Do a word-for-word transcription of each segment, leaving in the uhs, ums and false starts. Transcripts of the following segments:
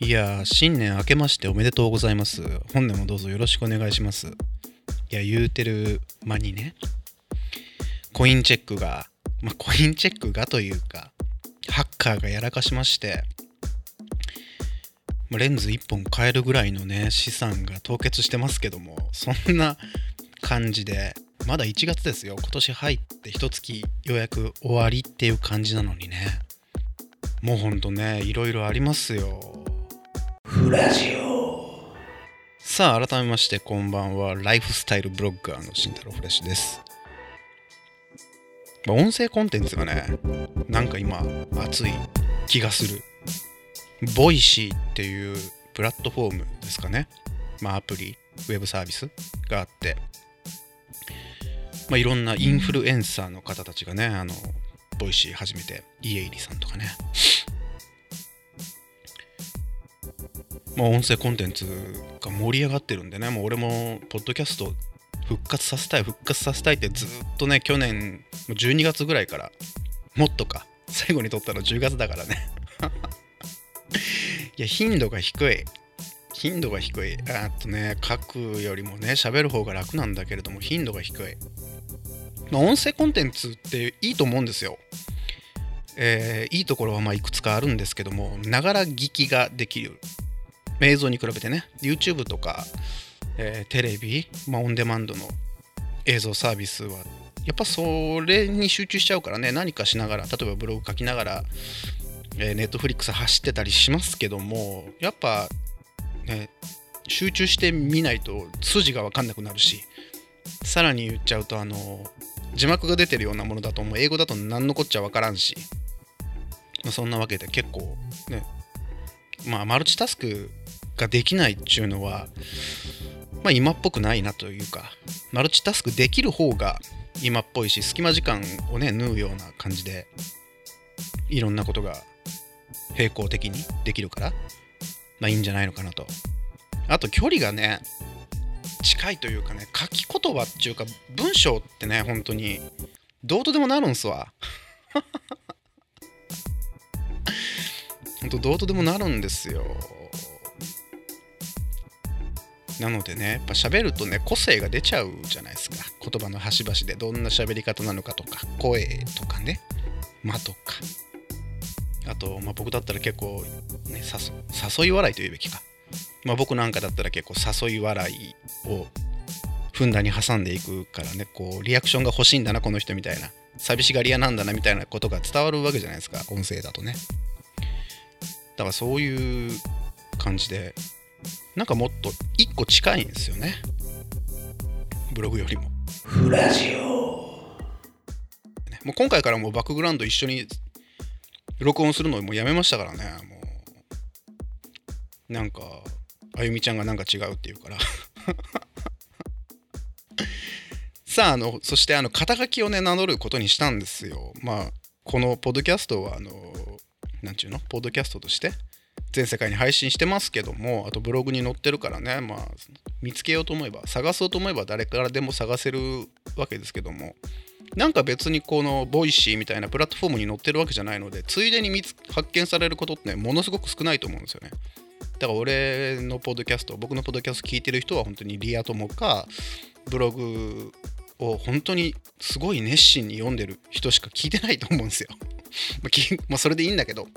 いやー、新年明けましておめでとうございます。本年もどうぞよろしくお願いします。いや、言うてる間にね、コインチェックが、まあ、コインチェックがというか、ハッカーがやらかしまして、まあレンズいっぽん買えるぐらいのね、資産が凍結してますけども、そんな感じで、まだいちがつですよ。今年入って一月ようやく終わりっていう感じなのにね。もうほんとね、いろいろありますよ。フラジオ。さあ、改めましてこんばんは。ライフスタイルブロッガーの慎太郎フレッシュです。まあ、音声コンテンツがね、なんか今熱い気がする。ボイシーっていうプラットフォームですかね。まあアプリ、ウェブサービスがあって、まあいろんなインフルエンサーの方たちがね、あのボイシー始めて、家入さんとかね。まあ音声コンテンツが盛り上がってるんでね、もう俺もポッドキャスト復活させたい復活させたいってずっとね、去年じゅうにがつぐらいから、もっとか最後に撮ったのじゅうがつだからねいや、頻度が低い頻度が低いあとね、書くよりもね、喋る方が楽なんだけれども頻度が低い。まあ音声コンテンツっていいと思うんですよ。えー、いいところはまあいくつかあるんですけども、ながら聞きができる。映像に比べてね、 YouTube とか、えー、テレビ、まあ、オンデマンドの映像サービスはやっぱそれに集中しちゃうからね、何かしながら、例えばブログ書きながら、えー、Netflix 走ってたりしますけども、やっぱ、ね、集中して見ないと筋が分かんなくなるし、さらに言っちゃうと、あの字幕が出てるようなものだともう英語だと何のこっちゃ分からんし、まあ、そんなわけで結構ね、まあマルチタスクができないっていうのは、まあ今っぽくないなというか、マルチタスクできる方が今っぽいし、隙間時間をね縫うような感じでいろんなことが並行的にできるから、まあいいんじゃないのかなと。あと距離がね近いというかね、書き言葉っていうか文章ってね、本当にどうとでもなるんすわ本当どうとでもなるんですよ。なのでね、やっぱ喋るとね、個性が出ちゃうじゃないですか。言葉の端々でどんな喋り方なのかとか、声とかね、間とか、あと、まあ、僕だったら結構、ね、誘, 誘い笑いというべきか、まあ、僕なんかだったら結構誘い笑いをふんだんに挟んでいくからね、こうリアクションが欲しいんだなこの人みたいな、寂しがり屋なんだなみたいなことが伝わるわけじゃないですか、音声だとね。だからそういう感じで、なんかもっと一個近いんですよね、ブログよりも。フラジオ、もう今回からもうバックグラウンド一緒に録音するのもうやめましたからね。もうなんかあゆみちゃんがなんか違うって言うからさあ、あのそしてあの肩書きをね名乗ることにしたんですよ。まあこのポッドキャストはあのなんちゅうの、ポッドキャストとして全世界に配信してますけども、あとブログに載ってるからね、まあ見つけようと思えば、探そうと思えば誰からでも探せるわけですけども、なんか別にこのボイシーみたいなプラットフォームに載ってるわけじゃないので、ついでに見つ発見されることってね、ものすごく少ないと思うんですよね。だから俺のポッドキャスト、僕のポッドキャスト聞いてる人は本当にリア友か、ブログを本当にすごい熱心に読んでる人しか聞いてないと思うんですよまあそれでいいんだけど、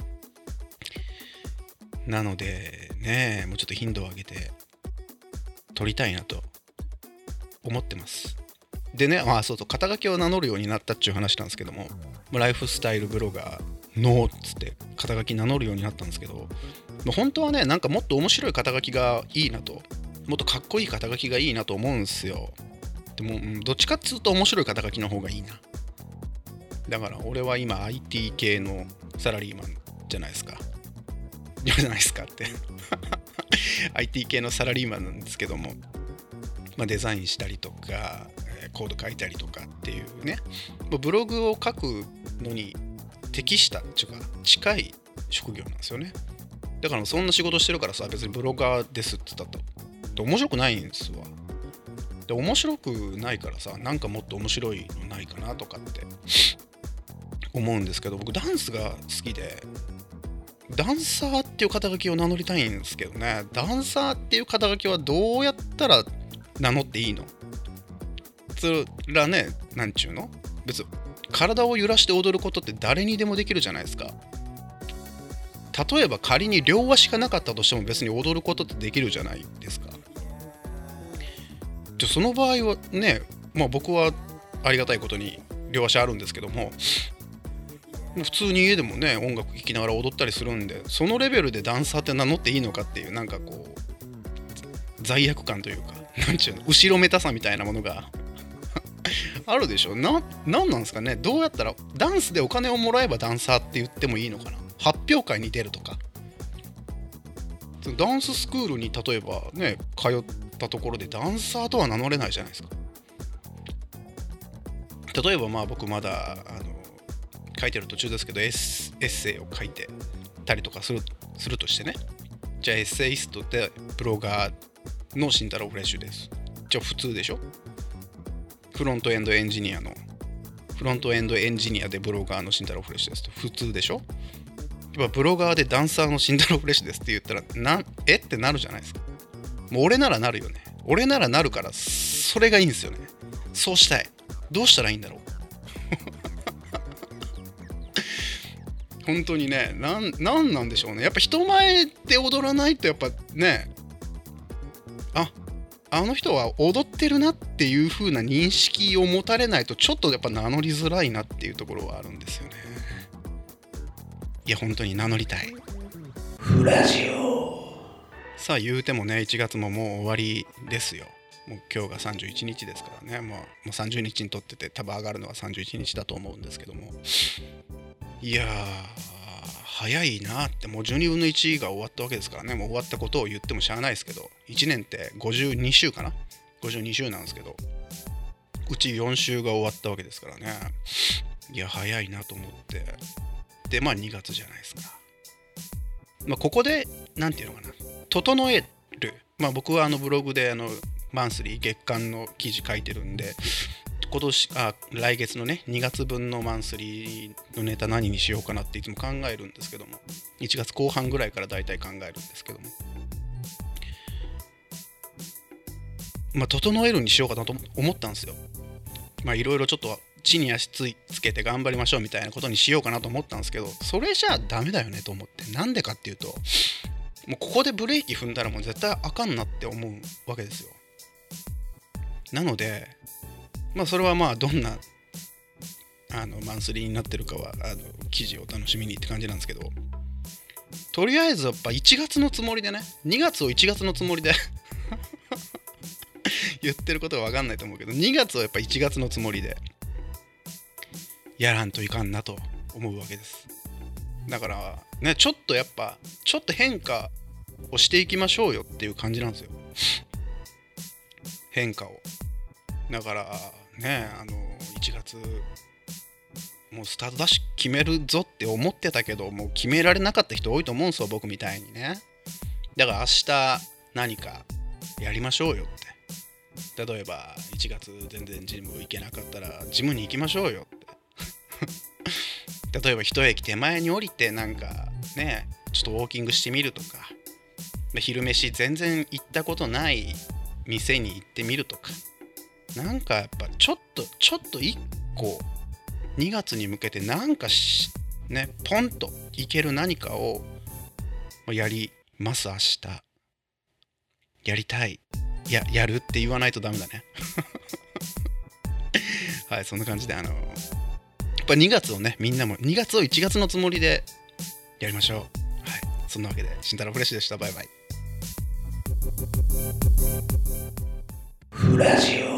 なのでね、もうちょっと頻度を上げて撮りたいなと思ってます。でね、あ、そうそう、肩書きを名乗るようになったっていう話なんですけども、ライフスタイルブロガーのっつって肩書き名乗るようになったんですけど、本当はね、なんかもっと面白い肩書きがいいなと、もっとかっこいい肩書きがいいなと思うんですよ。でもどっちかっつうと面白い肩書きの方がいいな。だから俺は今 アイティー 系のサラリーマンじゃないですかじゃないですかってアイティー 系のサラリーマンなんですけども、まあ、デザインしたりとかコード書いたりとかっていうね、ブログを書くのに適したっていうか近い職業なんですよね。だからそんな仕事してるからさ、別にブロガーですって言ったって面白くないんですわ。で面白くないからさ、なんかもっと面白いのないかなとかって思うんですけど、僕ダンスが好きで、 ダンサーっていう肩書きを名乗りたいんですけどね。ダンサーっていう肩書きはどうやったら名乗っていいの？それらね、なんちゅうの？別に体を揺らして踊ることって誰にでもできるじゃないですか。例えば仮に両足がなかったとしても別に踊ることってできるじゃないですか。じゃその場合はね、まあ僕はありがたいことに両足あるんですけども、普通に家でもね音楽聴きながら踊ったりするんで、そのレベルでダンサーって名乗っていいのかっていう、なんかこう罪悪感というか、なんちゅうの、後ろめたさみたいなものがあるでしょ。な、なんなんですかね。どうやったらダンスでお金をもらえばダンサーって言ってもいいのかな。発表会に出るとか、ダンススクールに例えばね通ったところでダンサーとは名乗れないじゃないですか。例えばまあ僕まだあの書いてる途中ですけど、エッ、エッセイを書いてたりとかする、するとしてね、じゃあエッセイストでブロガーの慎太郎フレッシュです。じゃあ普通でしょ。フロントエンドエンジニアのフロントエンドエンジニアでブロガーの慎太郎フレッシュですと普通でしょ。やっぱブロガーでダンサーの慎太郎フレッシュですって言ったらなえってなるじゃないですか。もう俺ならなるよね。俺ならなるから、それがいいんですよね。そうしたい。どうしたらいいんだろう本当にね、なん、なんなんでしょうね。やっぱ人前で踊らないとやっぱね、あ、あの人は踊ってるなっていう風な認識を持たれないとちょっとやっぱ名乗りづらいなっていうところはあるんですよね。いや本当に名乗りたい。フラジオ。さあ言うてもねいちがつももう終わりですよ。もう今日がさんじゅういちにちですからね。もう、もうさんじゅうにちにとってて多分上がるのはさんじゅういちにちだと思うんですけども、いやー早いなって。もうじゅうにぶんのいちが終わったわけですからね。もう終わったことを言ってもしゃあないですけど、いちねんってごじゅうにしゅうかな、ごじゅうにしゅうなんですけど、うちよんしゅうが終わったわけですからね。いや早いなと思って、でまあにがつじゃないですか。まあここでなんていうのかな、整える、まあ僕はあのブログであのマンスリー月間の記事書いてるんで、今年あ来月のねにがつぶんのマンスリーのネタ何にしようかなっていつも考えるんですけども、いちがつこう半ぐらいからだいたい考えるんですけども、まあ整えるにしようかなと思ったんですよ。まあいろいろちょっと地に足つけて頑張りましょうみたいなことにしようかなと思ったんですけど、それじゃあダメだよねと思って。なんでかっていうと、もうここでブレーキ踏んだらもう絶対あかんなって思うわけですよ。なのでまあそれはまあどんなあのマンスリーになってるかはあの記事を楽しみにって感じなんですけど、とりあえずやっぱいちがつのつもりでね、にがつをいちがつのつもりで言ってることが分かんないと思うけど、にがつをやっぱいちがつのつもりでやらんといかんなと思うわけです。だからね、ちょっとやっぱちょっと変化をしていきましょうよっていう感じなんですよ、変化を。だからね、あのいちがつもうスタートダッシュ決めるぞって思ってたけど、もう決められなかった人多いと思うんですよ、僕みたいにね。だから明日何かやりましょうよって。例えばいちがつ全然ジム行けなかったらジムに行きましょうよって例えば一駅手前に降りてなんかねちょっとウォーキングしてみるとか、昼飯全然行ったことない店に行ってみるとか、なんかやっぱちょっとちょっと一個にがつに向けてなんかしねポンといける何かをやります明日。やりたい。いややるって言わないとダメだねはい、そんな感じであのやっぱにがつをね、みんなもにがつをいちがつのつもりでやりましょう。はい、そんなわけで慎太郎フレッシュでした。バイバイ。フラジオ。